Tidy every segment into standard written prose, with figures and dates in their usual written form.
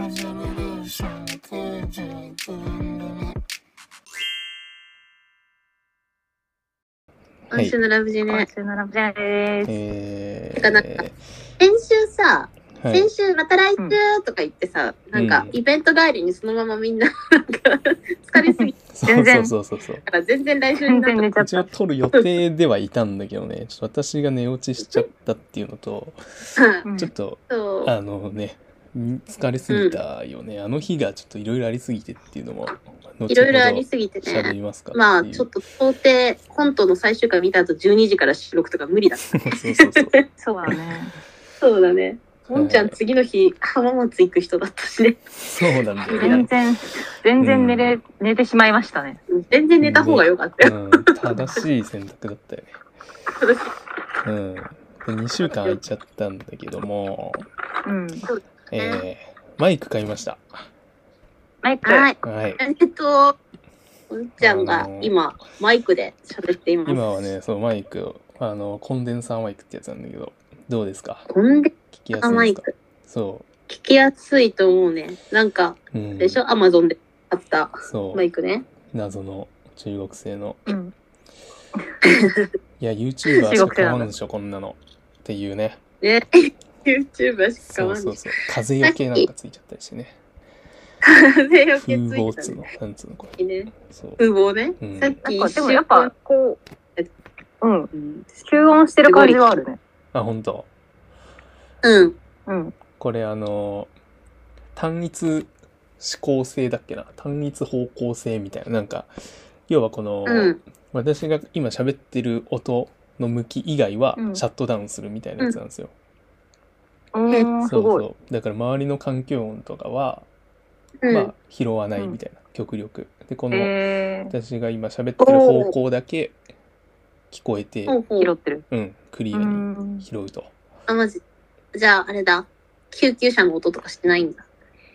今週のラブジェネ。 今週のラブジェネです。 なんか先週さ、 はい先週また来週とか言ってさ、なんかイベント帰りにそのままみんななんか疲れすぎ全然そうから全然来週になった。 全然寝ちゃった。 一応撮る予定ではいたんだけどね、ちょっと私が寝落ちしちゃったっていうのと、 うんちょっとそう疲れすぎたよね、あの日がちょっといろいろありすぎてっていうのもいろいろありすぎて喋ね。 りますかまあっていうちょっと到底コントの最終回見た後12時から収録とか無理だった。 そうそうだね。 そうだね。もんちゃん次の日浜松行く人だったしね。 そうなんだよね、 全然寝てしまいましたね。 全然寝た方が良かったよ。 正しい選択だったよね。で2週間空いちゃったんだけども、 うん。 マイク買いました。 マイク。 はい。 はい、 もんちゃんが今マイクで喋っています。 今はね、そうマイクをコンデンサーマイクってやつなんだけど、どうですか？ コンデン聞きやサーすいですか？ マイク。 そ聞きやすいと思うね。なんか、 う、うん、 でしょ？アマゾンで買ったそうマイクね。 謎の中国製の、 うん。 いや YouTuber しか買わんでしょこんなのっていうね。 ね。YouTuber しか買そうわんそうそう、風よけなんかついちゃったりしてね。 風よけ風ついてたね。 防つのなんつうのこれ。 ね。 そう、 風防ね。 うんさっきなんかでもやっぱこう、うん。 うん。 吸音してる感じはあるね。 あ本当。 うん。 うん。 これ単一指向性だっけな、単一方向性みたいな、なんか要はこの、 うん。 私が今喋ってる音の向き以外はうんシャットダウンするみたいなやつなんですよ。 すごい。 そうだから周りの環境音とかは、 うん。 まあ拾わないみたいな、極力でこの、私が今喋ってる方向だけ聞こえて、 ほうほう拾ってる。 クリアに拾うと。 あ、マジ。じゃあ、あれだ。救急車の音とかしてないんだ。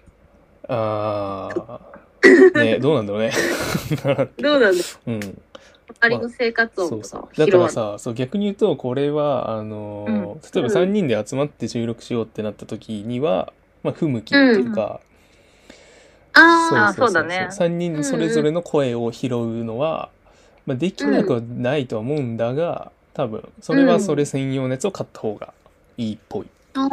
ね、どうなんだろうね。 どうなんだ。 うん。 周りの生活音とかそうだからさ、そう逆に言うとこれは例えば3人で集まって収録しようってなった時には、まあ不向きっていうか、 そうだね。 3人それぞれの声を拾うのは、まあ、できなくはないとは思うんだが、多分それはそれ専用のやつを買った方がいいっぽい。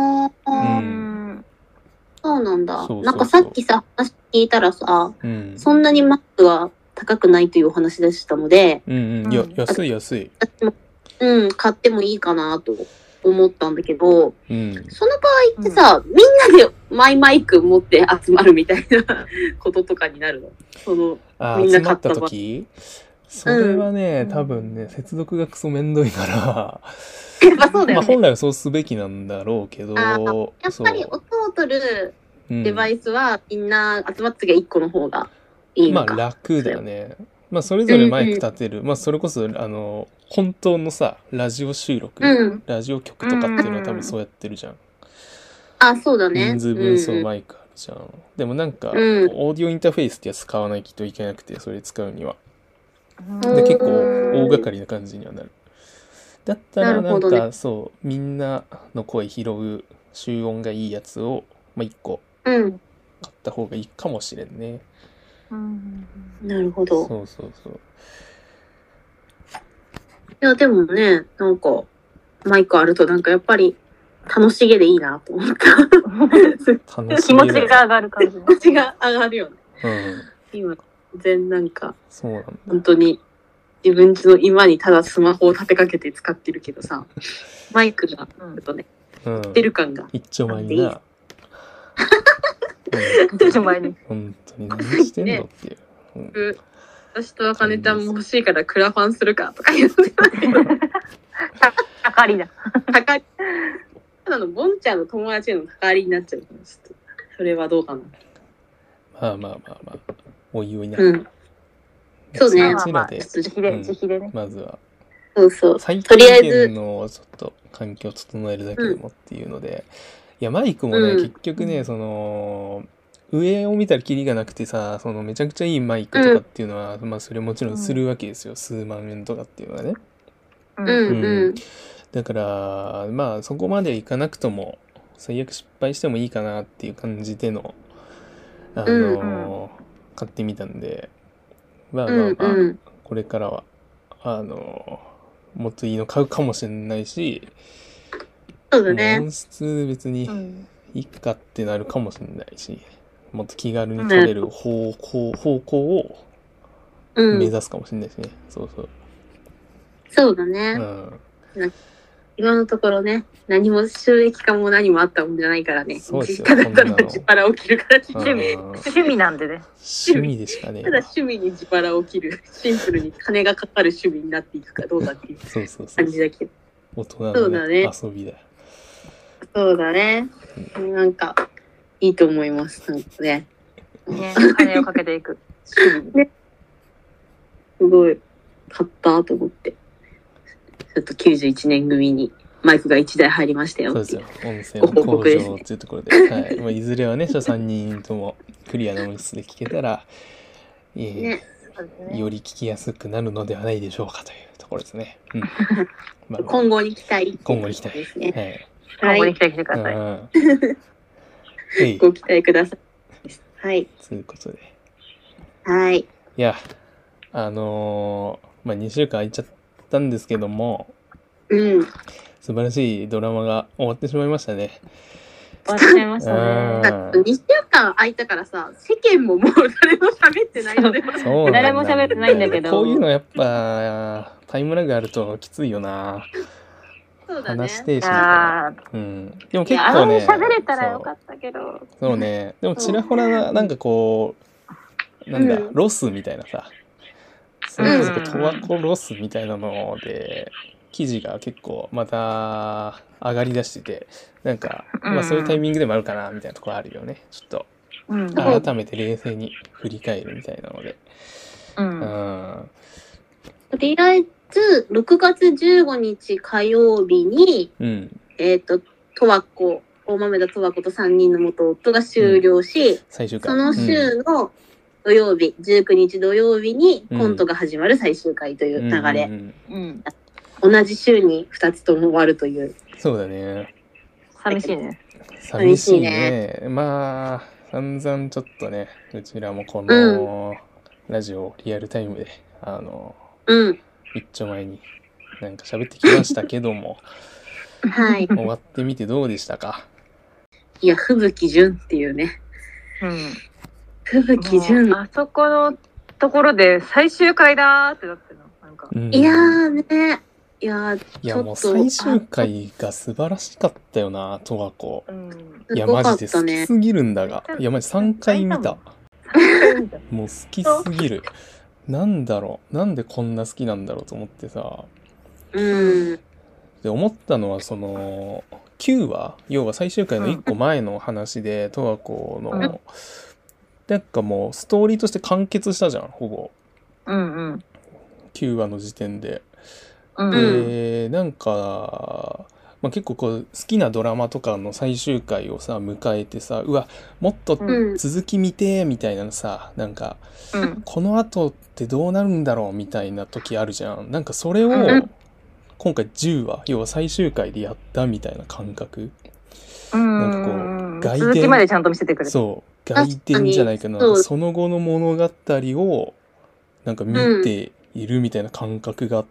そうなんだ。 そうなんかさっきさ、話聞いたらさ、そんなにマックは高くないというお話でしたので、 いや、安い。 買ってもいいかなと思ったんだけど、その場合ってさ、みんなでマイマイク持って集まるみたいなこととかになるの？みんな買った時？それはね、多分ね、接続がクソめんどいから、 そうだよね。 本来はそうすべきなんだろうけど、 やっぱり音を取るデバイスはみんな集まってが1個の方がいいのか。 まあ楽だよね。まあそれぞれマイク立てる、まあそれこそ本当のさラジオ収録、ラジオ局とかっていうのは多分そうやってるじゃん。 あ、そうだね。 人数分そうマイクあるじゃん。でもなんか、オーディオインターフェースってやつ使わないといけなくて、それ使うには。で結構大掛かりな感じにはなる。だったらなんか、そうみんなの声拾う集音がいいやつを、まあ、1個買った方がいいかもしれんね。 なるほど。 そう。 いやでもね、なんかマイクあるとなんかやっぱり楽しげでいいなと思った。 気持ちが上がる感じ。 気持ちが上がるよね。今なんかそうなんだ。 本当に自分家の今にただスマホを立てかけて使ってるけどさ、マイクがあるとね、出る感が一丁前にな。 一丁前に。 本当に何してんのっていう。 私とあかねちゃんも欲しいからクラファンするかとか言ってたけど、 高りだ。 高い。ただのボンちゃんの友達への関わりになっちゃうから、ちょっとそれはどうかな。 まあおいおいな。 そうね。 自費でね。 まずは。 そう。 最低限のちょっと環境を整えるだけでもっていうので、いやマイクもね、結局ね、上を見たらキリがなくてさ、めちゃくちゃいいマイクとかっていうのは、まあそれもちろんするわけですよ、数万円とかっていうのはね。だからまあそこまでいかなくとも最悪失敗してもいいかなっていう感じでの買ってみたんで、これからはもっといいの買うかもしれないし、 そうだね。 音質別にいいかってなるかもしれないし、もっと気軽に撮れる方向を目指すかもしれないしね。 そうだね。今のところね、何も収益化も何もあったもんじゃないからね。ただただ自腹を切るから趣味なんでね。 趣味でしかね。 ただ趣味に自腹を切る。シンプルに金がかかる趣味になっていくかどうかっていう感じだけど。 大人のね、遊びだよ。 そうだね。なんか、いいと思います。なんかね。 金をかけていく。 ね。すごい、買ったと思って。ちょっと91年組にマイクが1台入りましたよ。 そうですよ。音声の向上っていうところで。はい。いずれはね、3人ともクリアな音質で聞けたら、より聞きやすくなるのではないでしょうかというところですね。 今後に期待。 今後に期待ですね。 今後に期待してください。ご期待ください。はい。 ということで。 はい。 いや、2週間空いちゃったんですけども、素晴らしいドラマが終わってしまいましたね。 終わっちゃいましたね。 2週間空いたからさ、世間ももう誰も喋ってないので、 誰も喋ってないんだけど。 こういうのやっぱタイムラグあるときついよな。 そうだね。 話してしまう。でも結構ね、 喋れたらよかったけど。 そうね。でもちらほらなんかこう、ロスみたいなさ、それこそ十和子ロスみたいなので記事が結構また上がりだしてて、なんかそういうタイミングでもあるかなみたいなところあるよね。ちょっと改めて冷静に振り返るみたいなので。 とりあえず6月15日火曜日に十和子大豆田十和子と3人の元夫が終了し、その週の土曜日、19日土曜日にコントが始まる最終回という流れ。同じ週に2つとも終わるという。 そうだね。 寂しいね。 寂しいね。散々ちょっとね、うちらもこのラジオをリアルタイムで、一丁前になんか喋ってきましたけども、終わってみてどうでしたか？ いや、吹雪純っていうね。吹雪純。 あそこのところで最終回だーってなってるの。なんか。 いやーね。いやもう最終回が素晴らしかったよな、十和子。いや、マジで好きすぎるんだが。いや、マジ3回見た。もう好きすぎる。なんだろう。なんでこんな好きなんだろうと思ってさ。で、思ったのは、9話、要は最終回の1個前の話で、十和子の、なんかもうストーリーとして完結したじゃん、ほぼ。9話の時点で。で、なんか、結構こう好きなドラマとかの最終回をさ迎えてさ、うわもっと続き見てみたいなのさ、なんか、この後ってどうなるんだろうみたいな時あるじゃん。なんかそれを今回10話、要は最終回でやったみたいな感覚。なんかこう外伝、 続きまでちゃんと見せてくれる。 そう外伝じゃないけど、その後の物語をなんか見ているみたいな感覚があって。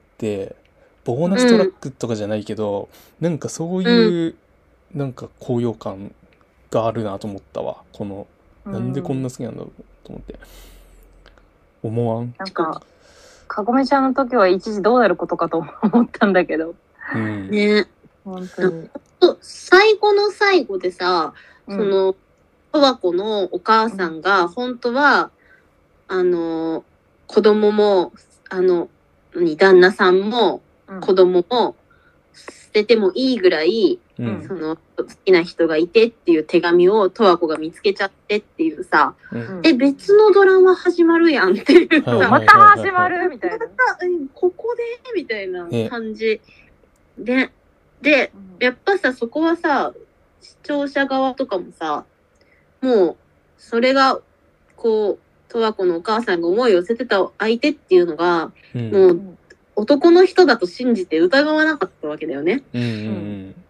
ボーナストラックとかじゃないけど、なんかそういうなんか高揚感があるなと思ったわ。なんでこんな好きなんだろうと思って思わん？ なんかかごめちゃんの時は一時どうなることかと思ったんだけど、 ね、 本当に最後の最後でさ、その十和子のお母さんが本当は子供も旦那さんも子供も捨ててもいいぐらい、その好きな人がいてっていう手紙を十和子が見つけちゃってっていうさ、別のドラマ始まるやんっていうさ、 また始まるみたいな、 ここでみたいな感じで、やっぱさそこはさ視聴者側とかもさ、もうそれがこう十和子のお母さんが思いを寄せてた相手っていうのが、もう男の人だと信じて疑わなかったわけだよね。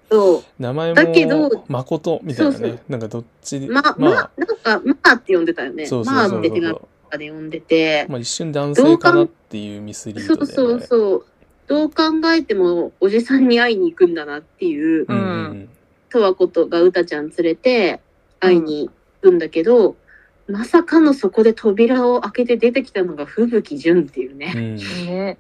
そう。 名前だけども誠みたいなね。 そうそうなんかどっちで、 なんか、まあって呼んでたよね。 そうまあって手紙とかで呼んでて。 まあ一瞬男性かなっていうミスリードで、ね。 そう。どう考えてもおじさんに会いに行くんだなっていう、十和子がうたちゃん連れて会いに行くんだけど、まさかのそこで扉を開けて出てきたのが吹雪純っていうね。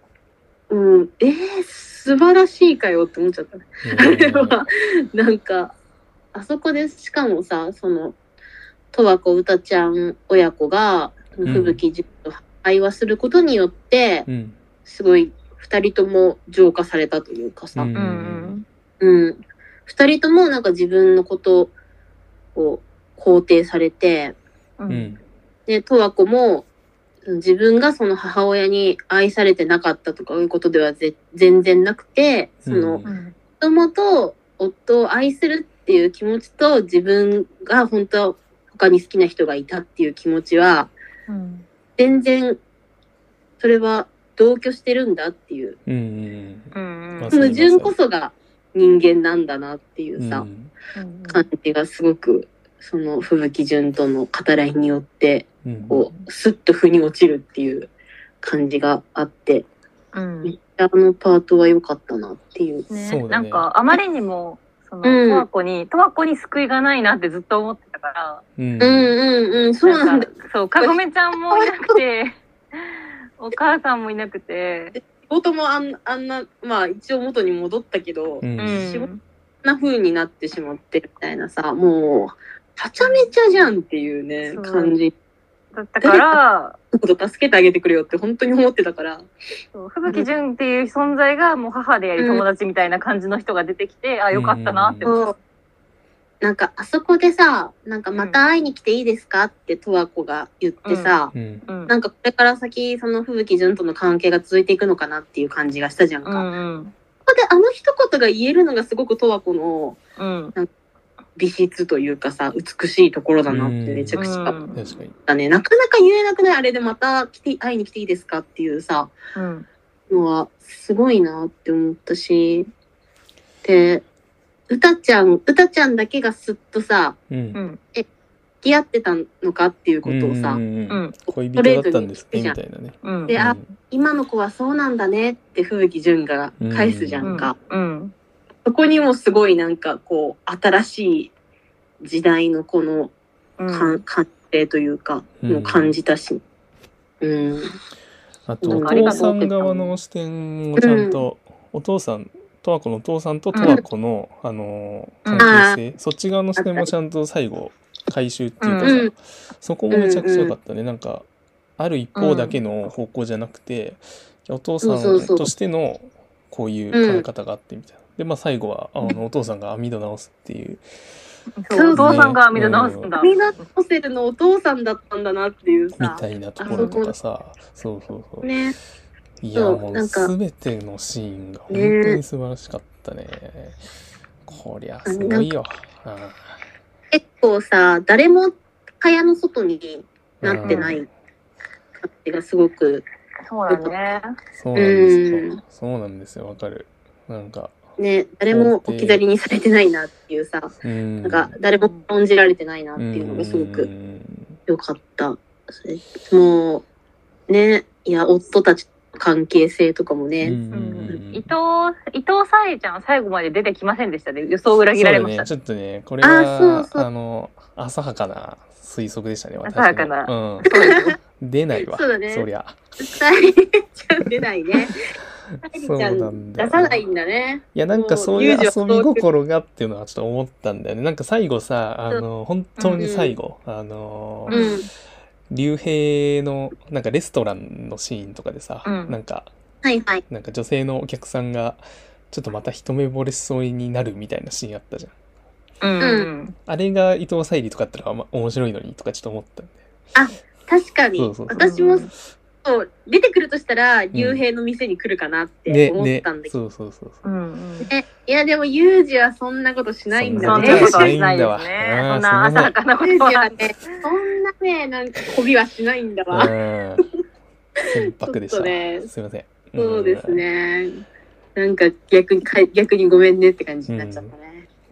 素晴らしいかよって思っちゃったね。あれは、なんか、あそこでしかもさ、その、十和子うたちゃん親子が、吹雪純と会話することによって、すごい、二人とも浄化されたというかさ、二人ともなんか自分のことを肯定されて、で、十和子も自分がその母親に愛されてなかったとかいうことでは全然なくて、その、もともと夫を愛するっていう気持ちと自分が本当は他に好きな人がいたっていう気持ちは、全然それは同居してるんだっていう。その純こそが人間なんだなっていうさ、感じがすごく、その吹雪純との語らいによって、こう、スッと腑に落ちるっていう感じがあって、めっちゃあのパートは良かったなっていう。 なんか、あまりにも、その、十和子に救いがないなってずっと思ってたから。そうなんだ。そう、かごめちゃんもいなくて、お母さんもいなくて。 仕事もあんな、まあ一応元に戻ったけど、仕事な風になってしまってみたいなさ、もう、はちゃめちゃじゃんっていうね、感じ。 だったから、 助けてあげてくれよって本当に思ってたから。 吹雪純っていう存在がもう母であり友達みたいな感じの人が出てきて、あ、よかったなって思った。 なんかあそこでさ、なんかまた会いに来ていいですかって十和子が言ってさ、なんかこれから先その吹雪純との関係が続いていくのかなっていう感じがしたじゃんか。ここであの一言が言えるのがすごく十和子の、なんか美質というかさ、美しいところだなってめちゃくちゃだね。なかなか言えなくないあれでまた会いに来ていいですかっていうさ、のはすごいなって思ったし、で、うたちゃんだけがすっとさ、付き合ってたのかっていうことをさ、 恋人だったんですねみたいなね。 で、今の子はそうなんだねって吹雪純が返すじゃんか。そこにもすごいなんかこう新しい時代のこの感性というか、もう感じたし。 あとお父さん側の視点をちゃんと、十和子のお父さんと十和子の、関係性、そっち側の視点もちゃんと最後回収っていうかさ、そこもめちゃくちゃ良かったね。なんかある一方だけの方向じゃなくて、お父さんとしてのこういう考え方があってみたいな。で、まあ最後はお父さんが網戸直すっていう。 そう、お父さんが網戸直すんだ。 網戸直せるのお父さんだったんだなっていうさ。 みたいなところとかさ、そう。 ね。 いや、もうすべてのシーンが本当に素晴らしかったね。こりゃすごいよ。 結構さ、誰も蚊帳の外になってない感じがすごく。 そうだね。 そうなんですよ。わかる。なんか。 ね、誰も置き去りにされてないなっていうさ、なんか誰も論じられてないなっていうのがすごく良かった。もう、ね、いや、夫たちの関係性とかもね。 伊藤沙莉ちゃんは最後まで出てきませんでしたね。予想を裏切られました。 ちょっとね、これは、浅はかな推測でしたね、 浅はかな。 出ないわ。 そうだね。 そりゃ。 沙莉ちゃん出ないね。 そうなんだよ。 出さないんだね。 いや、なんかそういう遊び心がっていうのはちょっと思ったんだよね。なんか最後さ、本当に最後、竜兵のなんかレストランのシーンとかでさ、なんか女性のお客さんがちょっとまた一目惚れしそうになるみたいなシーンあったじゃん。あれが伊藤沙莉とかだったら面白いのにとかちょっと思ったんで。 あ、確かに。私も出てくるとしたら竜兵の店に来るかなって思ったんだけど。いやでもユージはそんなことしないんだね。 そんなことはしないですね。そんな浅はかなことはね。そんなね、なんか媚びはしないんだわ。 船舶でした。すいません。 そうですね。なんか逆にごめんねって感じになっちゃったね。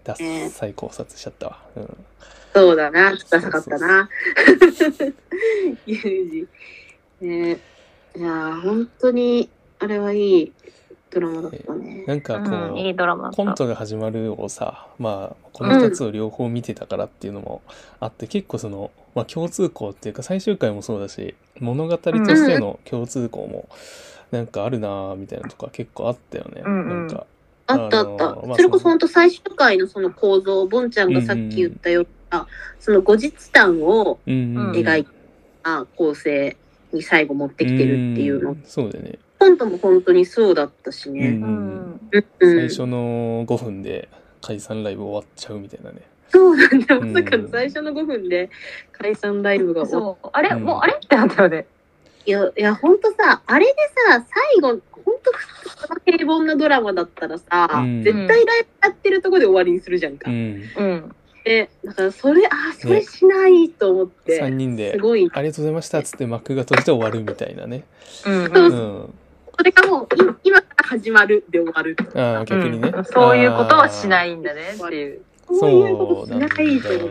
ダッサい考察しちゃったわ。 そうだな、ちょっとダサかったな。ユージ。いや本当にあれはいいドラマだったね。 なんかこう、 いいドラマコントが始まるをさ、まあこの2つを両方見てたからっていうのもあって、結構その、まあ、共通項っていうか最終回もそうだし、物語としての共通項もなんかあるなーみたいなとか結構あったよね。なんかあったあった。それこそ本当最終回のその構造、ボンちゃんがさっき言ったような、その後日談を描いた構成に最後持ってきてるっていうの。 そうだよね。 コントも本当にそうだったしね。 最初の5分で解散ライブ終わっちゃうみたいなね。 そうなんだよ。まさかの最初の5分で解散ライブが終わった。 あれもうあれってなったよね。 いや、ほんとさ、あれでさ、最後、ほんと平凡なドラマだったらさ、絶対ライブやってるとこで終わりにするじゃんか。だからそれしないと思って。 3人で、 すごい。 ありがとうございましたっつって幕が閉じて終わるみたいなね。 それがもう、今から始まるで終わる。 ああ、逆にね。 そういうことはしないんだねっていう。 そういうことしないと思って。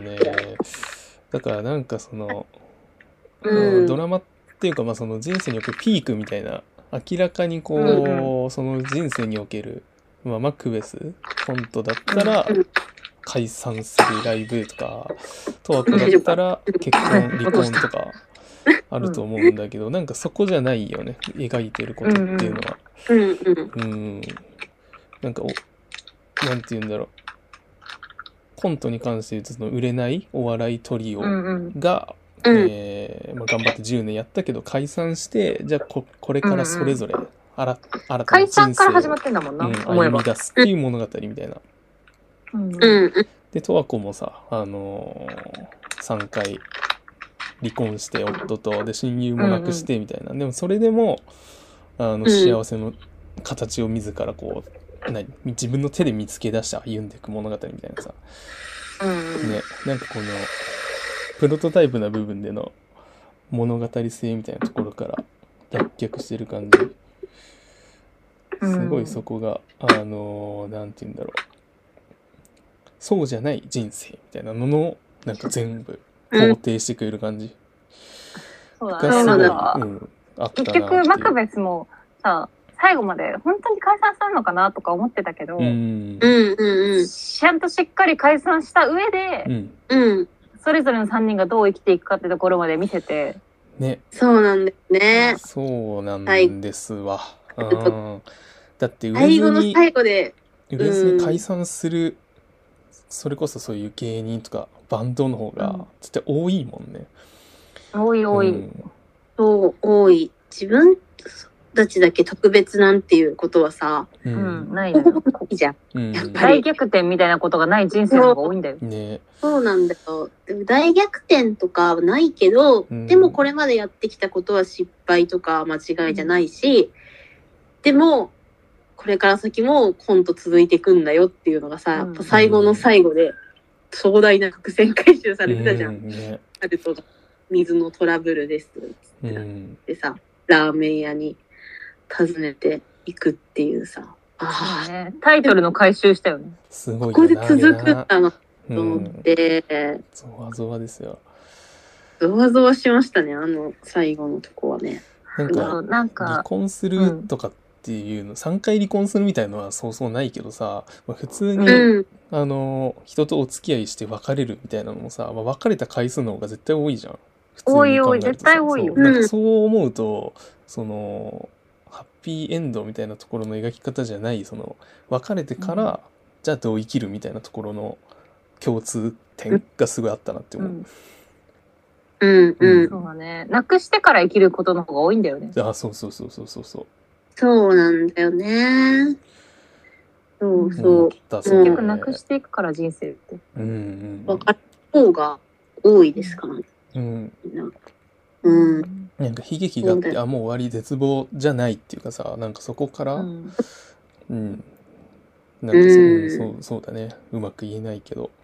だからなんかその、ドラマっていうか、まあその人生におけるピークみたいな、明らかにこう、その人生における、まあマクベスコントだったら解散するライブとか、トワコだったら結婚離婚とかあると思うんだけど、なんかそこじゃないよね、描いてることっていうのは。なんかなんて言うんだろう、コントに関して言うとその売れないお笑いトリオがまあ、頑張って10年やったけど解散して、じゃあこれからそれぞれ新たな解散から始まってんだもんな、 歩み出すっていう物語みたいな。で十和子もさ、3回離婚して夫とで親友も亡くしてみたいな、でもそれでも幸せの形を自らこう自分の手で見つけ出して歩んでいく物語みたいなさ、ね、なんかこのプロトタイプな部分での物語性みたいなところから脱却してる感じ、すごいそこがなんて言うんだろう、そうじゃない人生みたいなののなんか全部肯定してくれる感じがすごい、あったな。結局マクベスもさ、最後まで本当に解散したのかなとか思ってたけど、ちゃんとしっかり解散した上で、それぞれの3人がどう生きていくかってところまで見せて、 ね、 そうなんですね。 そうなんですわ。だって最後の最後で売れずに解散する、それこそそういう芸人とかバンドの方が絶対多いもんね。 多い。 そう多い。自分たちだけ特別なんていうことはさ、 ないのよ。 いいじゃん。 大逆転みたいなことがない人生の方が多いんだよ。 そうなんだよ。でも大逆転とかはないけど、でもこれまでやってきたことは失敗とか間違いじゃないし、でもこれから先もコント続いていくんだよっていうのがさ、やっぱ最後の最後で壮大な伏線回収されてたじゃん。あると水のトラブルですってさ、ラーメン屋に訪ねていくっていうさ、 タイトルの回収したよね。 すごいここで続くんだなと思って、 ゾワゾワですよ。 ゾワゾワしましたね、最後のとこはね。 なんか離婚するとかっていうの、3回離婚するみたいのはそうそうないけどさ、普通に、人とお付き合いして別れるみたいなのもさ、別れた回数の方が絶対多いじゃん。 多い絶対多いよ。 なんかそう思うと、そのハッピーエンドみたいなところの描き方じゃない、その別れてから、じゃあどう生きるみたいなところの共通点がすごいあったなって思う。 そうだね。なくしてから生きることの方が多いんだよね。 そう。 そうなんだよね。そう。 結局なくしていくから人生って。 分かる方が多いですからね。 なんか悲劇があって、もう終わり、絶望じゃないっていうかさ、なんかそこから、なんかそうだね、うまく言えないけど。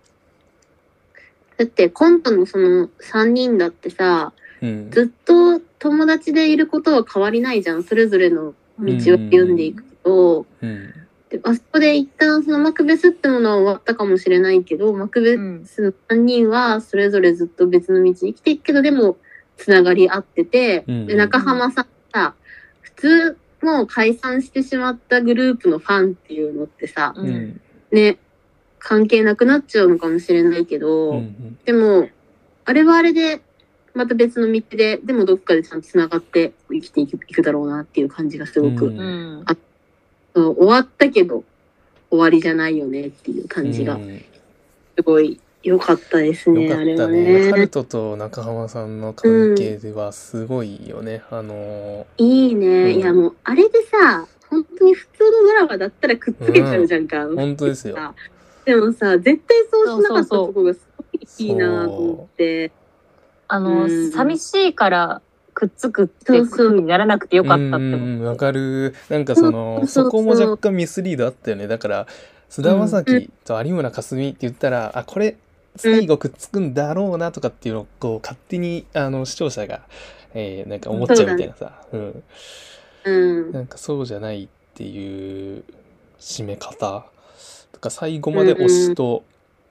だってコントのその3人だってさ、ずっと友達でいることは変わりないじゃん。それぞれの道を歩んでいくと、 で、あそこで一旦そのマクベスってものは終わったかもしれないけど、マクベスの3人はそれぞれずっと別の道に生きていくけど、でもつながり合ってて、で、中浜さんさ、普通もう解散してしまったグループのファンっていうのってさ、ね、関係なくなっちゃうのかもしれないけど、でも、あれはあれで、また別の道で、でもどっかでちゃんと繋がって生きていくだろうなっていう感じがすごく、終わったけど、終わりじゃないよねっていう感じが、すごい良かったですね、 よかったね。ハルトと中浜さんの関係ではすごいよね。 いいね。いやもう、あれでさ、本当に普通のドラマだったらくっつけちゃうじゃんか。 本当ですよ。 でもさ、絶対そうしなかったとこがすごいいいなと思って。 寂しいからくっつくって風にならなくてよかったって思う。 わかる。なんかそこも若干ミスリードあったよね。だから、菅田将暉と有村架純って言ったら、あ、これ、最後くっつくんだろうなとかっていうのをこう勝手に視聴者が、なんか思っちゃうみたいなさ。なんかそうじゃないっていう締め方とか、最後まで推しと、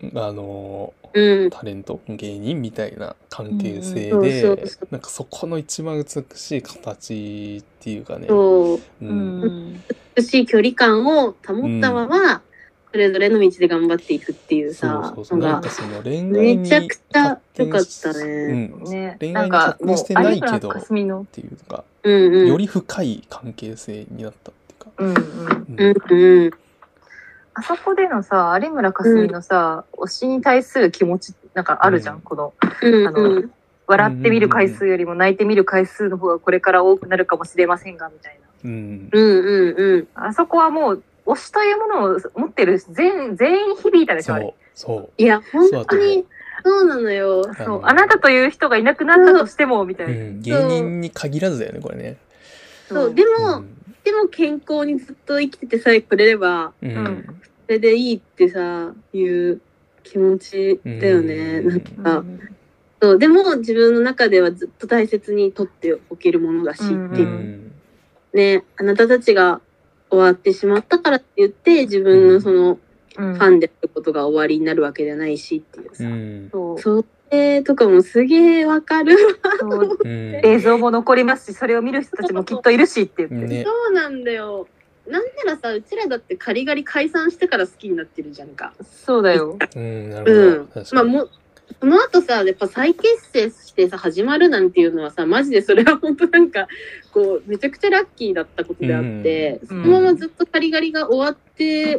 タレント芸人みたいな関係性で、なんかそこの一番美しい形っていうかね、 美しい距離感を保ったまま、それぞれの道で頑張っていくっていうさ、 なんかその恋愛にめちゃくちゃ良かったね。 恋愛に発展してないけどっていうか、より深い関係性になったっていうか。 あそこでのさ、有村架純のさ、推しに対する気持ちなんかあるじゃん、この、笑ってみる回数よりも泣いてみる回数の方がこれから多くなるかもしれませんが、みたいな。あそこはもう、推しというものを持ってる全員響いたでしょ、あれ。 いや、本当に、そうなのよ。 あなたという人がいなくなったとしても、みたいな。 芸人に限らずだよね、これね。 そう、でも健康にずっと生きててさえくれれば、それでいいってさ、いう気持ちだよね。なんか、そう、でも自分の中ではずっと大切に取っておけるものだしってね、あなたたちが終わってしまったからって言って、自分のその、ファンであることが終わりになるわけじゃないしっていうさ。それとかもすげえわかる。 映像も残りますし、それを見る人たちもきっといるしって言って。 そうなんだよ。なんならさ、うちらだってカリガリ解散してから好きになってるじゃんか。 そうだよ。 なるほど。 まあもう、その後さ、やっぱ再結成してさ、始まるなんていうのはさ、マジでそれは本当なんか、こう、めちゃくちゃラッキーだったことであって、そのままずっとカリガリが終わって、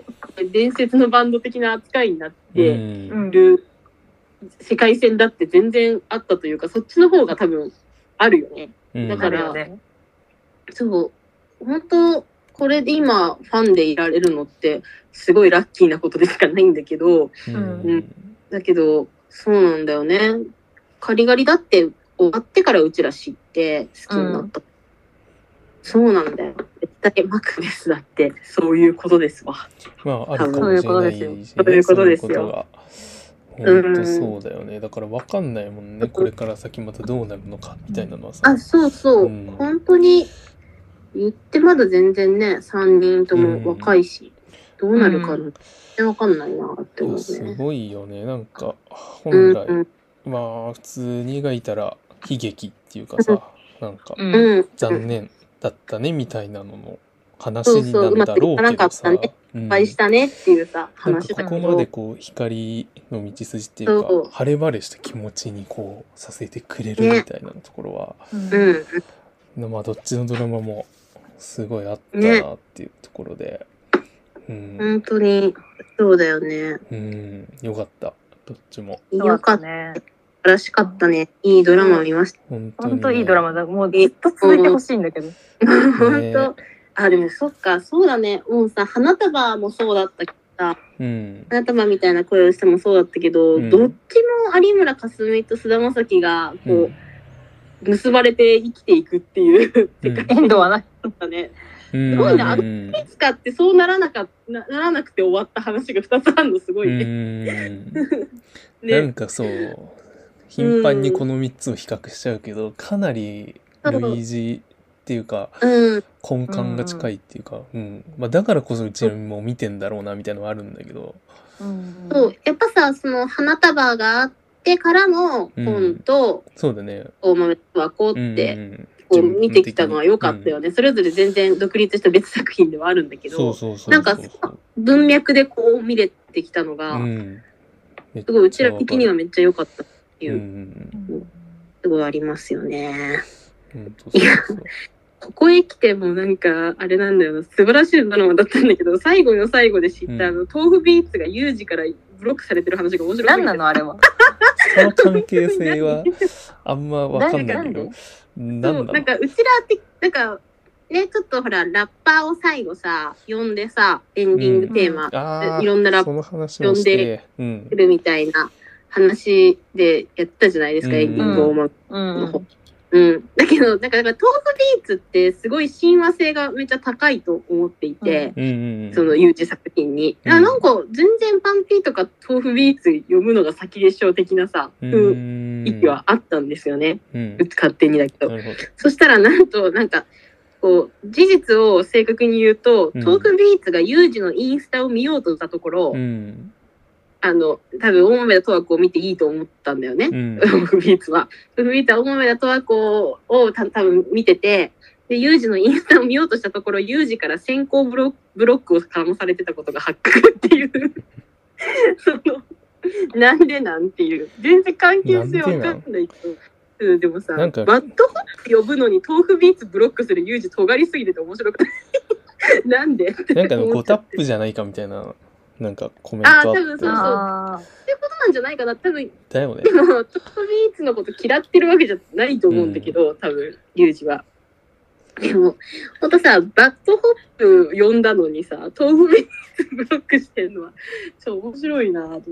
伝説のバンド的な扱いになってる世界線だって全然あったというか、そっちの方が多分あるよね。だから、そう、本当これで今ファンでいられるのってすごいラッキーなことでしかないんだけど、だけどそうなんだよね。カリガリだって終わってからうちら知って好きになった。そうなんだよ。絶対マクベスだってそういうことですわ。 まああるかもしれないし、 そういうことですよ。 本当そうだよね。だから分かんないもんね。これから先またどうなるのかみたいなのはさ。 あ、そうそう。本当に言ってまだ全然ね、3人とも若いし、どうなるか全然分かんないなって思うね。 すごいよね。なんか本来、まあ普通に描いたら悲劇っていうかさ、なんか残念だったねみたいなのの話になるだろうけどさ、 失敗したねっていうさ、話だけど、 ここまでこう光の道筋っていうか、晴れ晴れした気持ちにこうさせてくれるみたいなところは、まあどっちのドラマもすごいあったなっていうところで、 本当にそうだよね。 よかった、どっちも。 よかったね。素晴らしかったね。いいドラマ見ました。 本当いいドラマだ。もうずっと続いてほしいんだけど。 本当。あ、でもそっか、そうだね。もうさ、花束もそうだったけどさ、花束みたいな声をしてもそうだったけど、どっちも有村架純と菅田将暉がこう、結ばれて生きていくっていうエンドはなかったね。すごいな、いつかってそうならなくて終わった話が2つあるのすごいね。 なんかそう、頻繁にこの3つを比較しちゃうけど、かなり類似っていうか、 うん、 根幹が近いっていうか、まあ、だからこそうちらも見てんだろうなみたいなのはあるんだけど、 そうやっぱさその花束があってからの本と、 そうだね、 大豆とはこうってこう見てきたのは良かったよね、それぞれ全然独立した別作品ではあるんだけど、なんか文脈でこう見れてきたのが、すごいうちら的にはめっちゃ良かったっていう、すごいありますよね。いやここへ来てもなんかあれなんだよな、素晴らしいドラマだったんだけど、最後の最後で知った豆腐ビーツがユージからブロックされてる話が面白い。 何なのあれは。 その関係性はあんま分かんないけど、 なんかうちらってなんかね、ちょっとほらラッパーを最後さ呼んでさエンディングテーマ、いろんなラッパー呼んでくるみたいな話でやったじゃないですか、エンディングを思う。だけど、だから豆腐ビーツってすごい親和性がめっちゃ高いと思っていて、そのユージ作品に。なんか全然パンピーとか豆腐ビーツ読むのが先でしょ的なさ、意気はあったんですよね。勝手にだけど。そしたらなんと、なんか、こう、事実を正確に言うと、豆腐ビーツがユージのインスタを見ようとしたところ、多分、大豆田十和子を見ていいと思ったんだよね。豆腐ビーツは。豆腐ビーツは大豆田十和子を多分見てて、で、ユージのインスタを見ようとしたところ、ユージから先行ブロックをかまされてたことが発覚っていう。なんでなんっていう。全然関係性わかんないけど。でもさ、バッドホップ呼ぶのに豆腐ビーツブロックするユージ尖りすぎてて面白くないなんでなんか5タップじゃないかみたいな。なんかコメントあった。 多分そう。っていうことなんじゃないかな。多分。 だよね。 でも、豆腐ビーツのこと嫌ってるわけじゃないと思うんだけど、多分、リュウジは。でも、ほんとさ、バッドホップ呼んだのにさ、豆腐ビーツブロックしてるのは、面白いなと思って。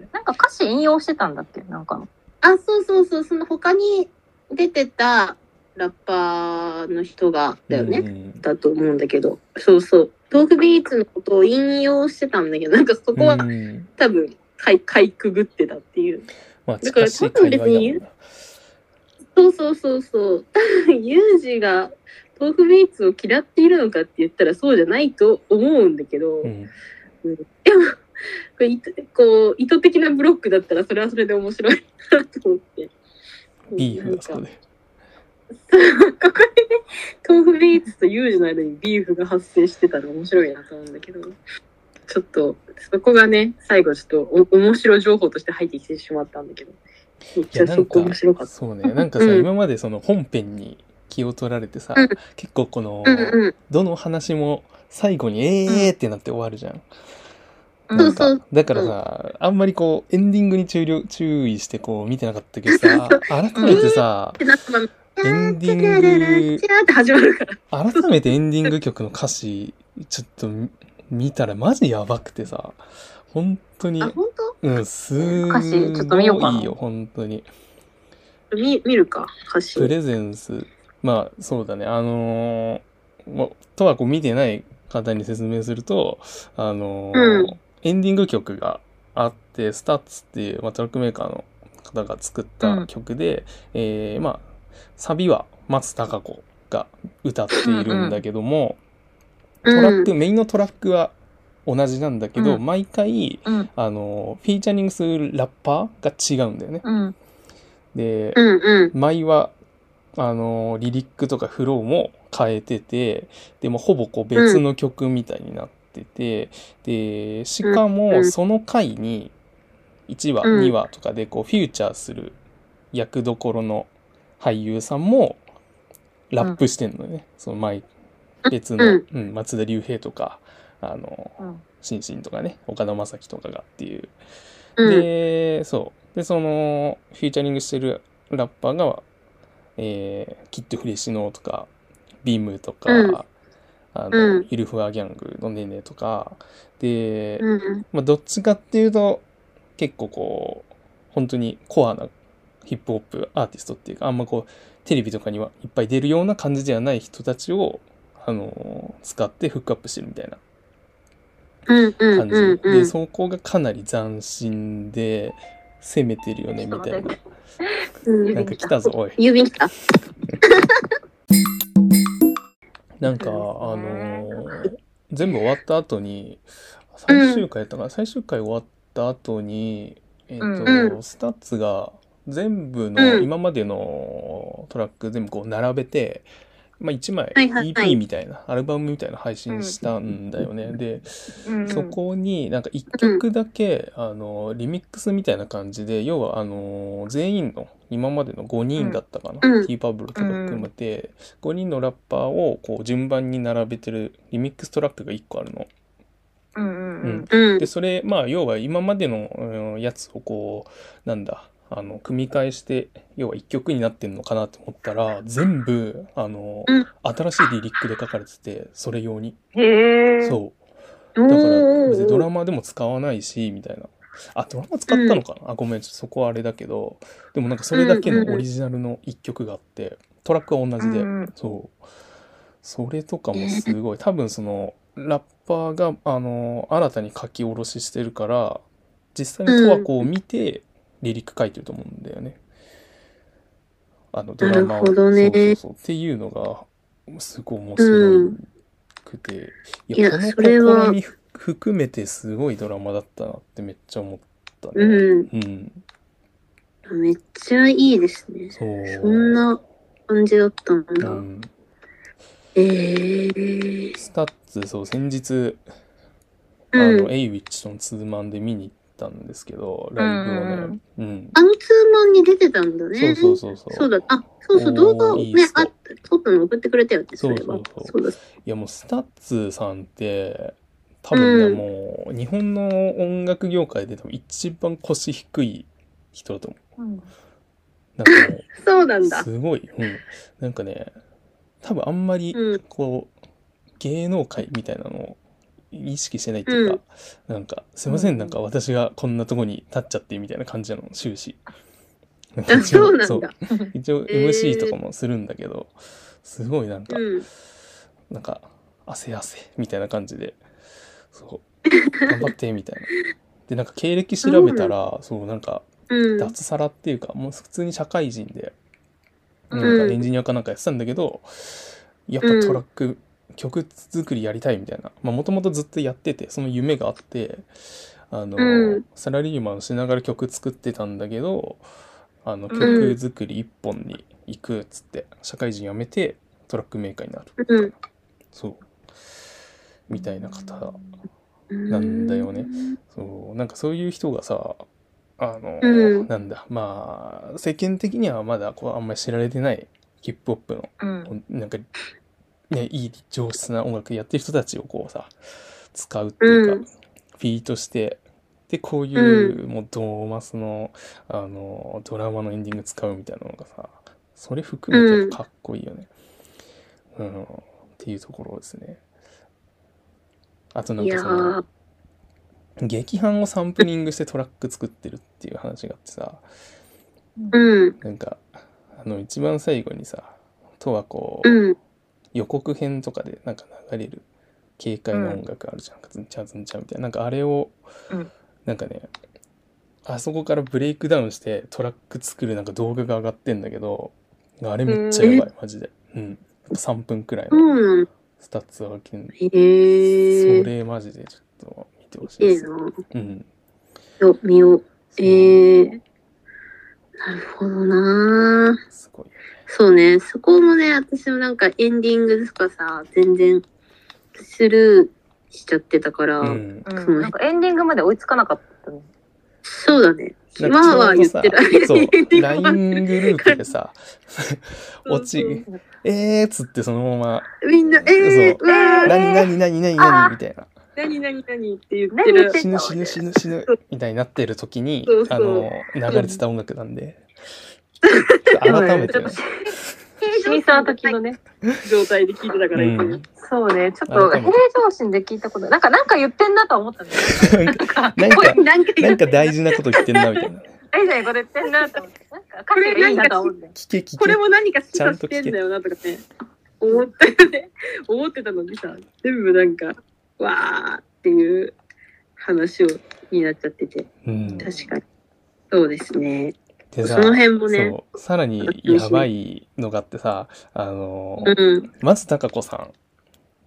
なんか歌詞引用してたんだっけなんかの。 そう。その他に出てたラッパーの人が、だよね。だと思うんだけど。そう。豆腐ビーツのことを引用してたんだけど、なんかそこは多分かいくぐってたっていう。 だから多分別にそう。多分ユージが豆腐ビーツを嫌っているのかって言ったらそうじゃないと思うんだけど、でもこう意図的なブロックだったらそれはそれで面白いなと思って。 ビーフがそこで。 ここでね、豆腐ビーツとユージの間にビーフが発生してたら面白いなと思うんだけど、ちょっとそこがね、最後ちょっと面白情報として入ってきてしまったんだけど、めっちゃそこ面白かった。 そうね、なんかさ、今までその本編に気を取られてさ、結構この、どの話も最後にってなって終わるじゃん。だからさ、あんまりこうエンディングに注意してこう見てなかったけどさ、改めてさ、エンディング改めてエンディング曲の歌詞ちょっと見たらマジやばくてさ、本当にすごいいよ本当に。 見るか歌詞。 プレゼンス、まあそうだね、とはこう見てない方に説明すると、エンディング曲があって、スタッツっていう、トラックメーカーの方が作った曲で、サビは松たか子が歌っているんだけども、メインのトラックは同じなんだけど、毎回、フィーチャリングするラッパーが違うんだよね。で、毎は、リリックとかフローも変えてて、でもほぼこう別の曲みたいになってて、で、しかもその回に1話、2話とかでこうフューチャーする役どころの俳優さんもラップしてんのね。その別の、松田龍平とか、シンシンとかね、岡田将生とかがっていう。で、そう。で、その、フィーチャリングしてるラッパーが、キッドフレッシュノーとか、ビームとか、イルフアギャングのネネとか、で、どっちかっていうと、結構こう、本当にコアなヒップホップアーティストっていうか、あんまこう、テレビとかにはいっぱい出るような感じではない人たちを、使ってフックアップしてるみたいな感じ。で、そこがかなり斬新で、攻めてるよね、みたいな。なんか来たぞ、おい。 郵便来たなんか、全部終わった後に、最終回やったかな、最終回終わった後に、スタッツが全部の今までのトラック全部こう並べて、まあ、1枚 EP みたいな、アルバムみたいな配信したんだよね。で、そこになんか1曲だけ、リミックスみたいな感じで、要は全員の今までの5人だったかな、T パブロとか含めて5人のラッパーをこう順番に並べてるリミックストラックが1個あるの。でそれまあ要は今までのやつをこうなんだ組み替えして要は1曲になってんのかなと思ったら全部新しいリリックで書かれててそれ用に。そうだから別にドラマでも使わないしみたいな。ドラマ使ったのかな、ごめんちょっとそこはあれだけどでもなんかそれだけのオリジナルの1曲があってトラックは同じで、そうそれとかもすごい多分そのラッパーが新たに書き下ろししてるから実際に十和子を見てリリック書いてると思うんだよね。ドラマを、そうっていうのがすごい面白くて、いやこの試み含めてすごいドラマだったなってめっちゃ思ったね。 めっちゃいいですね。そんな感じだったんだ。スタッツそう先日エイウィッチのツーマンで見に行ったんですけどライブをね、 ツーマンに出てたんだね。そうだそう動画をね撮ったの送ってくれたよね。そういやもうスタッツさんって多分ね、もう日本の音楽業界で多分一番腰低い人だと思う。なんかもうそうなんだ。 すごい、なんかね多分あんまりこう、芸能界みたいなのを意識してないっていうか、なんかすいませんなんか私がこんなとこに立っちゃってみたいな感じなの終始。 そうなんだ。 一応 MC とかもするんだけど、すごいなんか、なんか汗みたいな感じで、そう頑張ってみたいな。でなんか経歴調べたら、そうなんか脱サラっていうかもう普通に社会人で。なんかエンジニアかなんかやってたんだけど、やっぱトラック、曲作りやりたいみたいなもともとずっとやっててその夢があってサラリーマンしながら曲作ってたんだけど曲作り一本に行くっつって社会人辞めてトラックメーカーになるみたいな、そうみたいな方なんだよね。そうなんかそういう人がさなんだまあ世間的にはまだこうあんまり知られてないヒップホップの、なんかねいい上質な音楽やってる人たちをこうさ使うっていうか、フィートしてでこういう、もうドーマスのドラマのエンディング使うみたいなのがさそれ含めてかっこいいよね、っていうところですね。あとなんかその劇伴をサンプリングしてトラック作ってるっていう話があってさ、なんか一番最後にさ十和子予告編とかでなんか流れる軽快な音楽あるじゃん、ズンチャズンチャみたいな、なんかあれを、なんかねあそこからブレイクダウンしてトラック作るなんか動画が上がってんだけどあれめっちゃやばいマジで、3分くらいのスタッツがけんそれマジでちょっと見てほしいです。 見よう。なるほどな。 すごい。 そうね、そこもね、私もなんかエンディングとかさ、全然スルーしちゃってたから、 なんかエンディングまで追いつかなかったね。 そうだね。今は言ってる。 そう、LINE グループでさ、落ち、っつってそのまま、 みんな、何みたいな。 何って言ってる。 死ぬみたいになってる時に流れてた音楽なんで改めてね死にそう時のね状態で聞いてたから、 そうねちょっと平常心で聞いたことなんか言ってんなと思ったんだよなんか大事なこと言ってんなみたいな大事なこと言ってんなと思ってなんか歌詞がいいなと思って聞けこれも何か示唆してんだよなとかね思ってたのにさ全部なんかわーっていう話になっちゃってて、確かにそうですね。 でさその辺もねさらにやばいのがあってさまず貴子さん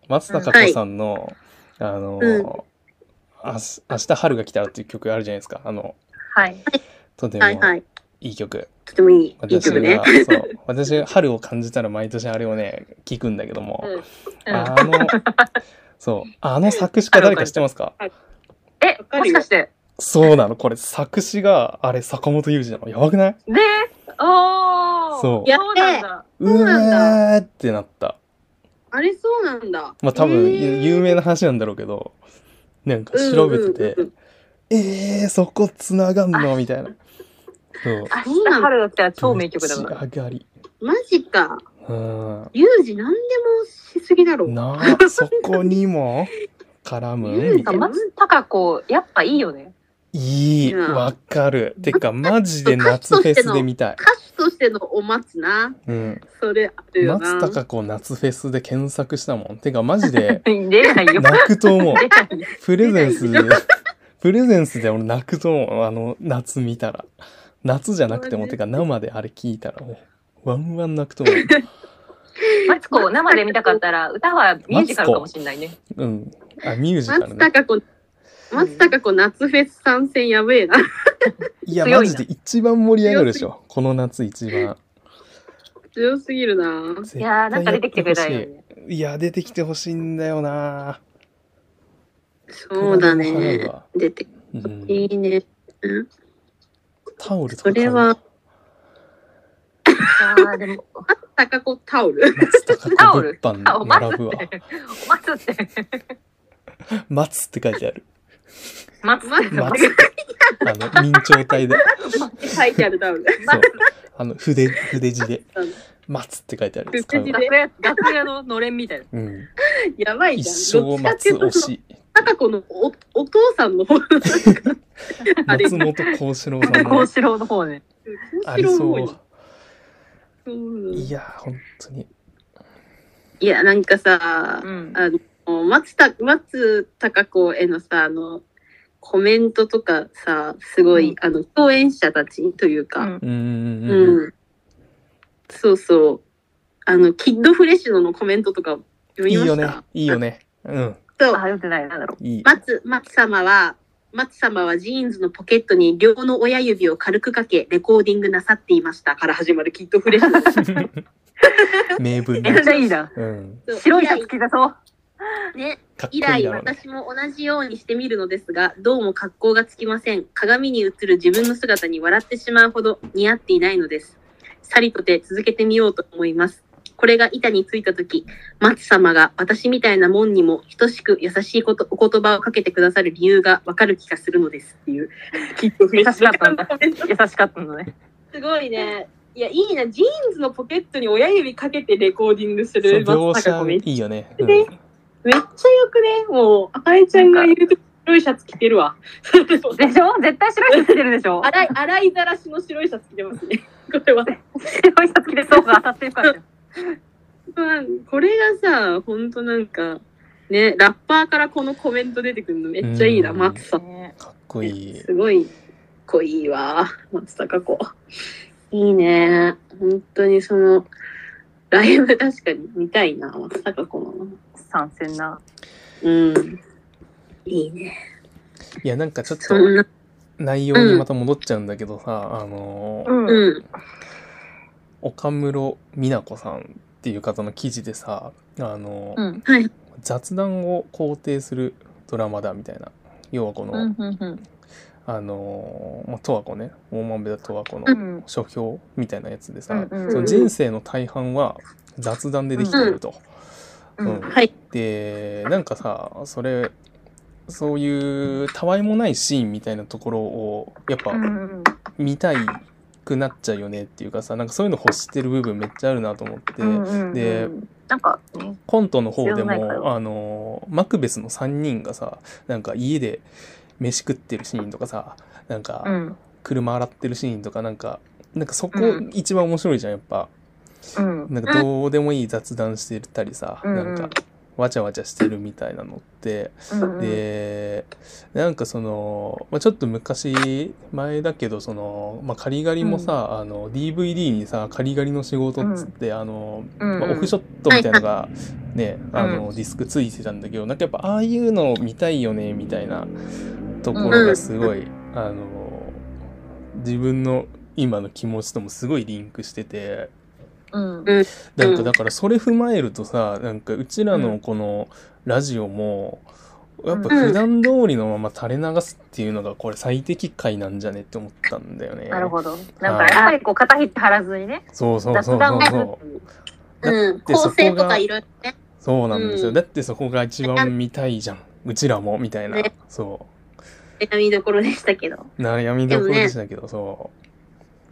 松たか子さんの、明日春が来たらっていう曲あるじゃないですか。 はい。 とてもいい曲。 とてもいい曲ね。 私、春を感じたら毎年あれをね、聴くんだけども、作詞家誰か知ってますか？ もしかして。 そうなの、これ作詞が、あれ、坂本雄二なの。やばくない？ そう。 そうなんだ。 うわーってなった。 あれ、そうなんだ。 まあ多分、有名な話なんだろうけど、なんか調べてて、そこ繋がんのみたいな。 そう。明日春だったら超名曲だから。 上がり。 マジか。ユージ何でもしすぎだろう。 そこにも絡む。 松たか子、やっぱいいよね。 いい、わかる。てか、マジで夏フェスで見たい。 歌手としてのお松な。それあるよな。 松たか子夏フェスで検索したもん。てか、マジで泣くと思う。プレゼンスで俺泣くと思う。夏見たら。夏じゃなくても、てか生であれ聞いたらもう、ワンワン泣くと思う。 マツコ生で見たかったら、歌はミュージカルかもしれないね。 ミュージカルね。 松たか子夏フェス参戦やべえな。 いや、マジで一番盛り上がるでしょ。この夏一番。 強すぎるな。 いやなんか出てきてくれたよね。 いや、出てきてほしいんだよな。 そうだね。出て、いいね。 タオルとか。 それは。でも、松たか子タオル。 松たか子物販並ぶわ。 松って。 松って書いてある。 松明朝体で。 書いてあるタオル。 筆字で。松って書いてある。 楽屋ののれんみたいな。 やばいじゃん。 一生松推し。 たか子のお父さんの方。 松本幸四郎さんの。 幸四郎の方ね。 ありそう。いや、本当に。 いや、なんかさ、松たか子へのさ、コメントとかさ、すごい、共演者たちというか、そうそう、キッドフレッシュのコメントとか読みました？ いいよね。うん。 そう。 読んでない、なんだろう。 松様はジーンズのポケットに両の親指を軽くかけ、レコーディングなさっていましたから始まるキッドフレッシュ。 名文めっちゃいいな。白いシャツ着たそう。 ね、以来私も同じようにしてみるのですが、どうも格好がつきません。鏡に映る自分の姿に笑ってしまうほど似合っていないのです。さりとて続けてみようと思います。これが板についたとき、松様が私みたいなもんにも等しく優しいお言葉をかけてくださる理由がわかる気がするのですっていう。 優しかったんだ。優しかったのね。 すごいね。いや、いいな。ジーンズのポケットに親指かけてレコーディングする松たか子いいよね。 めっちゃよくね。もう、赤井ちゃんがいると白いシャツ着てるわ。 でしょ？絶対白いシャツ着てるでしょ？ 洗いざらしの白いシャツ着てますね。これは。 白いシャツ着てそうが当たってるから。 これがさ、ほんとなんか、ね、ラッパーからこのコメント出てくるのめっちゃいいな、松さん。 かっこいい。 すごい、かっこいいわ、松たか子。いいね。本当にライブ確かに見たいな、松たか子の。 参戦な。 いいね。 いや、なんかちょっと、内容にまた戻っちゃうんだけどさ、岡室美奈子さんっていう方の記事でさ、雑談を肯定するドラマだみたいな。要はこの、十和子ね、大豆田十和子の書評みたいなやつでさ、その人生の大半は雑談でできていると。で、なんかさ、そういうたわいもないシーンみたいなところをやっぱ見たいくなっちゃうよねっていうかさ、なんかそういうの欲してる部分めっちゃあるなと思って、でなんか、 コントの方でもマクベスの3人がさ、なんか家で飯食ってるシーンとかさ、なんか車洗ってるシーンとか、なんかそこ一番面白いじゃんやっぱ。なんかどうでもいい雑談してたりさ、なんかわちゃわちゃしてるみたいなのって、でなんかその、ちょっと昔前だけどその、カリガリもさ、DVD にさカリガリの仕事っつって、オフショットみたいなのがね、ディスクついてたんだけど、なんかやっぱああいうの見たいよねみたいなところがすごい、自分の今の気持ちともすごいリンクしてて、なんかだからそれ踏まえるとさ、なんかうちらのこのラジオもやっぱ普段通りのまま垂れ流すっていうのがこれ最適解なんじゃねって思ったんだよね。 なるほど。なんかやっぱりこう肩ひって張らずにね。 そうそうそうそうそう。 構成とかいろいろね。 そうなんですよ。だってそこが一番見たいじゃん。うちらもみたいな。そう。 悩みどころでしたけど。 悩みどころでしたけど、そう。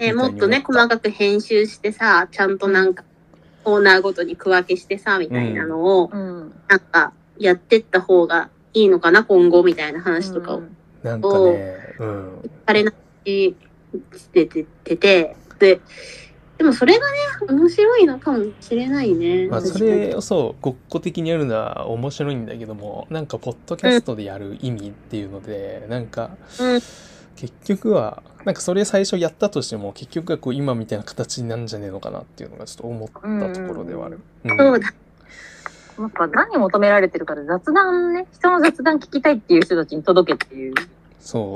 もっとね、細かく編集してさ、ちゃんとなんか、コーナーごとに区分けしてさ、みたいなのを、なんか、やってった方がいいのかな、今後、みたいな話とかを。 なんかね、 されなししてて、でもそれがね、面白いのかもしれないね。 それをそう、ごっこ的にやるのは面白いんだけども、なんか、ポッドキャストでやる意味っていうので、なんか、結局は、なんかそれ最初やったとしても、結局はこう今みたいな形なんじゃねえのかなっていうのがちょっと思ったところではある。 そうだ。 やっぱ何求められてるかで雑談ね、人の雑談聞きたいっていう人たちに届けっていう。 そう。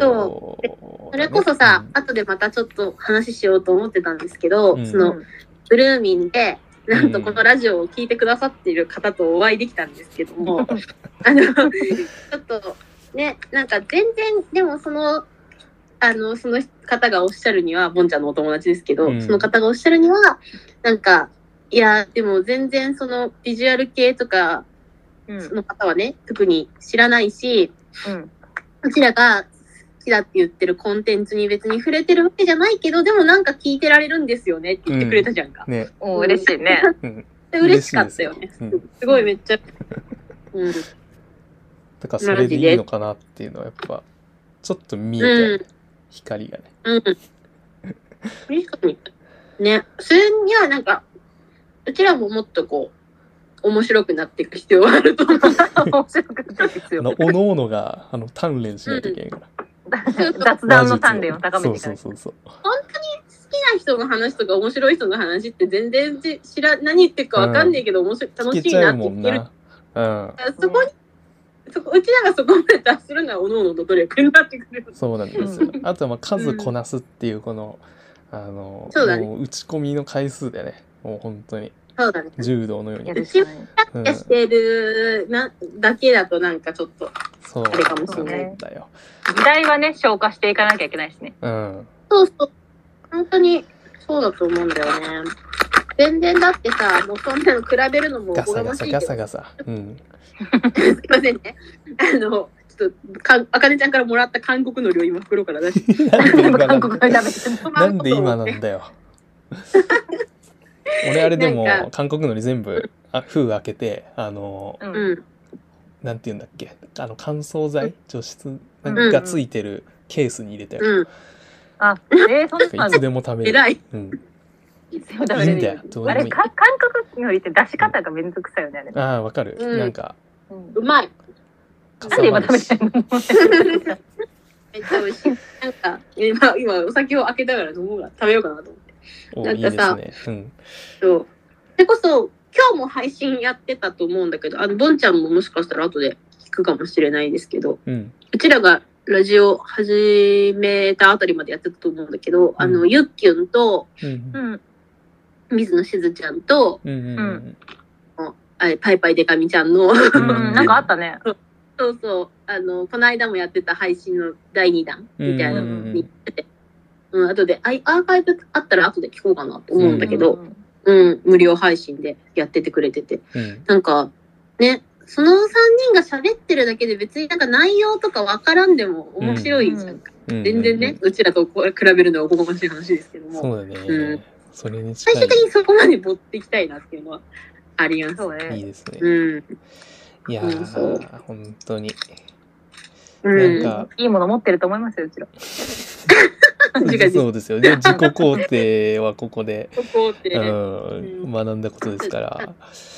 それこそさ、後でまたちょっと話しようと思ってたんですけど、その、ブルーミンで、なんとこのラジオを聞いてくださっている方とお会いできたんですけども、ちょっとね、なんか全然、でもその方がおっしゃるには、ボンちゃんのお友達ですけど、その方がおっしゃるには、なんか、いや、でも全然そのビジュアル系とか、その方はね、特に知らないし、うちらが好きだって言ってるコンテンツに別に触れてるわけじゃないけど、でもなんか聞いてられるんですよねって言ってくれたじゃんか。 ね。 嬉しいね。 で嬉しかったよね。すごいめっちゃ。 だからそれでいいのかなっていうのはやっぱ、ちょっと見えて、光がね。 確かに。ね。それにはなんか、うちらももっとこう、面白くなっていく必要があると思う。面白くなっていく必要。 おのおのが、鍛錬しないといけないから。 雑談の鍛錬を高めていかない。 そう。本当に好きな人の話とか面白い人の話って全然何言ってるかわかんないけど、楽しいなって言ってる。そこに、うちらがそこまで達するのはおのおのの努力になってくる。 そうなんですよ。あとは数こなすっていうこの、 そうだね、 もう打ち込みの回数でね、もう本当に。 そうだね。 柔道のように。 打ち込みしてるだけだとなんかちょっと、あれかもしれない。 時代はね、消化していかなきゃいけないしね。 そう。本当にそうだと思うんだよね。全然だってさ、もうそんなの比べるのもおこがましいけど。 ガサガサ。 すいませんね。ちょっと、あかねちゃんからもらった韓国のりを今袋から出して。韓国のり食べてなんで今なんだよ。俺あれでも韓国のり全部封開けてなんて言うんだっけ、乾燥剤除湿がついてるケースに入れたよ。 そんな。 いつでも食べる。 偉い。 いいんだよ。 あれ韓国のりって出し方がめんどくさいよね。 ああ、わかる。なんかうまい。 なんで今食べてんの？ めっちゃ美味しい。なんか今お酒を開けたから食べようかなと思って。なんかさ、それこそ今日も配信やってたと思うんだけど、ボンちゃんももしかしたら後で聞くかもしれないですけど、うちらがラジオ始めたあたりまでやってたと思うんだけど、ゆっきゅんと、水野しずちゃんと、パイパイデカミちゃんの、 なんかあったね。 そうこの間もやってた配信の第2弾みたいなのに出て、後でアーカイブあったら後で聞こうかなと思うんだけど、無料配信でやっててくれてて、なんかね、その3人が喋ってるだけで別になんか内容とかわからんでも面白いじゃんか。全然ね、うちらと比べるのはおこがましい話ですけども。 そうだね。それに最終的にそこまで持っていきたいなっていうのはあります。 いいですね。いやー、本当に。なんかいいもの持ってると思いますよ、うちら。 そうですよね。自己肯定はここで学んだことですから。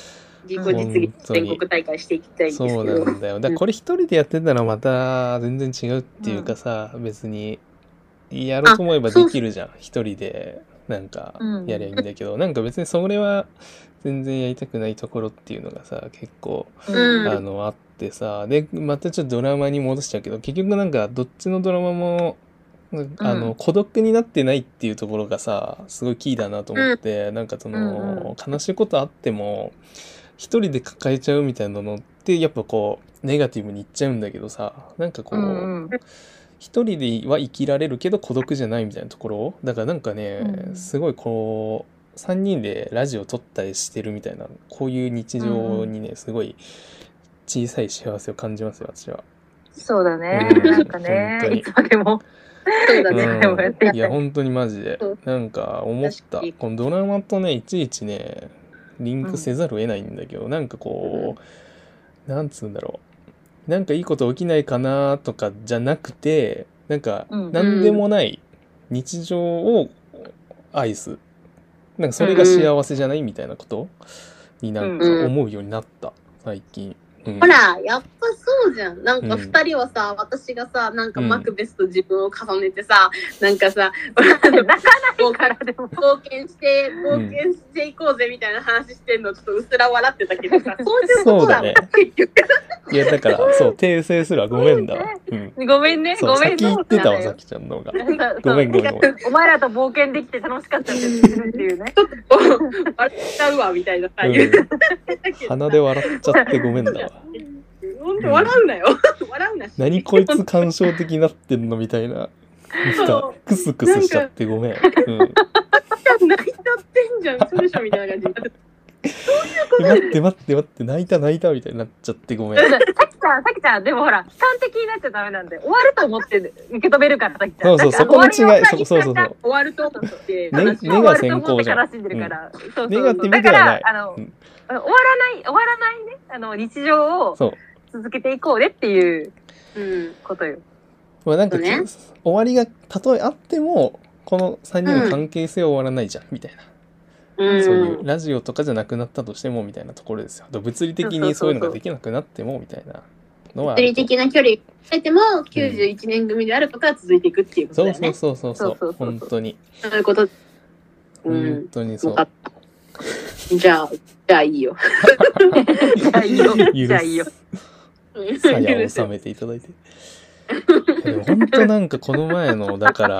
自己実現全国大会していきたいんですけど。 そうなんだよ。だからこれ一人でやってたらまた全然違うっていうかさ、別にやろうと思えばできるじゃん。一人でなんかやりゃいいんだけど、なんか別にそれは全然やりたくないところっていうのがさ、結構、あってさ、で、またちょっとドラマに戻しちゃうけど、結局なんかどっちのドラマも、孤独になってないっていうところがさ、すごいキーだなと思って、なんかその、悲しいことあっても、一人で抱えちゃうみたいなのって、やっぱこう、ネガティブにいっちゃうんだけどさ、なんかこう、一人では生きられるけど孤独じゃないみたいなところだからなんかね、すごいこう3人でラジオ撮ったりしてるみたいなこういう日常にね、すごい小さい幸せを感じますよ私は。 そうだね、なんかねいつまでもそうだね、いや本当にマジでなんか思ったこのドラマとねいちいちねリンクせざるを得ないんだけど、なんかこうなんつうんだろう、なんかいいこと起きないかなとかじゃなくて、なんか何でもない日常を愛す、なんかそれが幸せじゃないみたいなことになんか思うようになった最近。 ほら、やっぱそうじゃん。なんか二人はさ、私がさ、なんかマクベスと自分を重ねてさ、なんかさ、 泣かないからでも冒険していこうぜみたいな話してんのちょっとうすら笑ってたけどさ、そういうことだね。結局。 いやだからそう訂正するわ、ごめんだわ。 ごめんね、ごめんね。 先言ってたわさきちゃんの方が。ごめん。 お前らと冒険できて楽しかったっていうね。 ちょっと笑っちゃうわみたいなさ。 鼻で笑っちゃってごめんだわ。 本当笑うなよ。笑うなし。 何こいつ感傷的になってんのみたいな。なんかクスクスしちゃってごめん。泣いちゃってんじゃん、そうでしょみたいな感じになって。 待って泣いたみたいになっちゃってごめん。 さきちゃんでもほら悲観的になっちゃダメなんで終わると思って受け止めるからさきちゃん。 そうそこの違い。そう終わると思って根が先行じゃん。 悲しんでるから。 ネガティブではない。 終わらないね日常を続けていこうねっていうことよ。 まあなんか終わりがたとえあってもこの3人の関係性は終わらないじゃんみたいな。そういうラジオとかじゃなくなったとしてもみたいなところですよ。物理的にそういうのができなくなってもみたいなのは物理的な距離を得ても91年組であることは続いていくっていうことだよね。 そう本当にそういうこと。 本当にそう。 じゃあいいよ。 じゃあいいよ。 さやを収めていただいて。でも本当なんかこの前のだから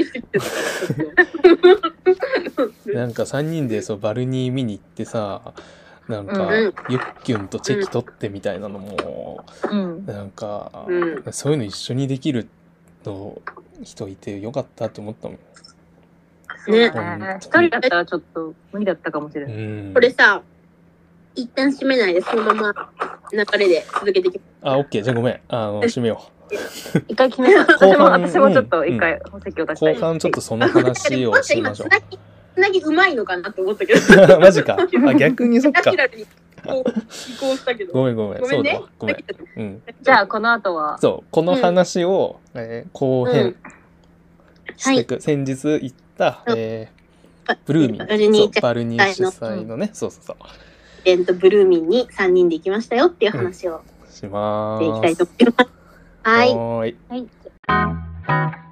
なんか3人でバルニー見に行ってさ、なんかゆっきゅんとチェキ取ってみたいなのもなんかそういうの一緒にできるの人いてよかったって思ったもんね。一人だったらちょっと無理だったかもしれない。 これさ一旦閉めないでそのまま流れで続けていきます。 オッケー、じゃあごめん閉めよう。 一回決めた。私もちょっと一回お席を出したい。 後半ちょっとその話をしましょう。 つなぎうまいのかなって思ったけど。 マジか。逆にそっか。ごめん。そうだ。ごめん。 じゃあこの後は。 そうこの話を後編していく。先日行ったブルーミンバルニー主催のね、そうブルーミンに3人で行きましたよっていう話をします。 していきたいと思います。はい。 はい。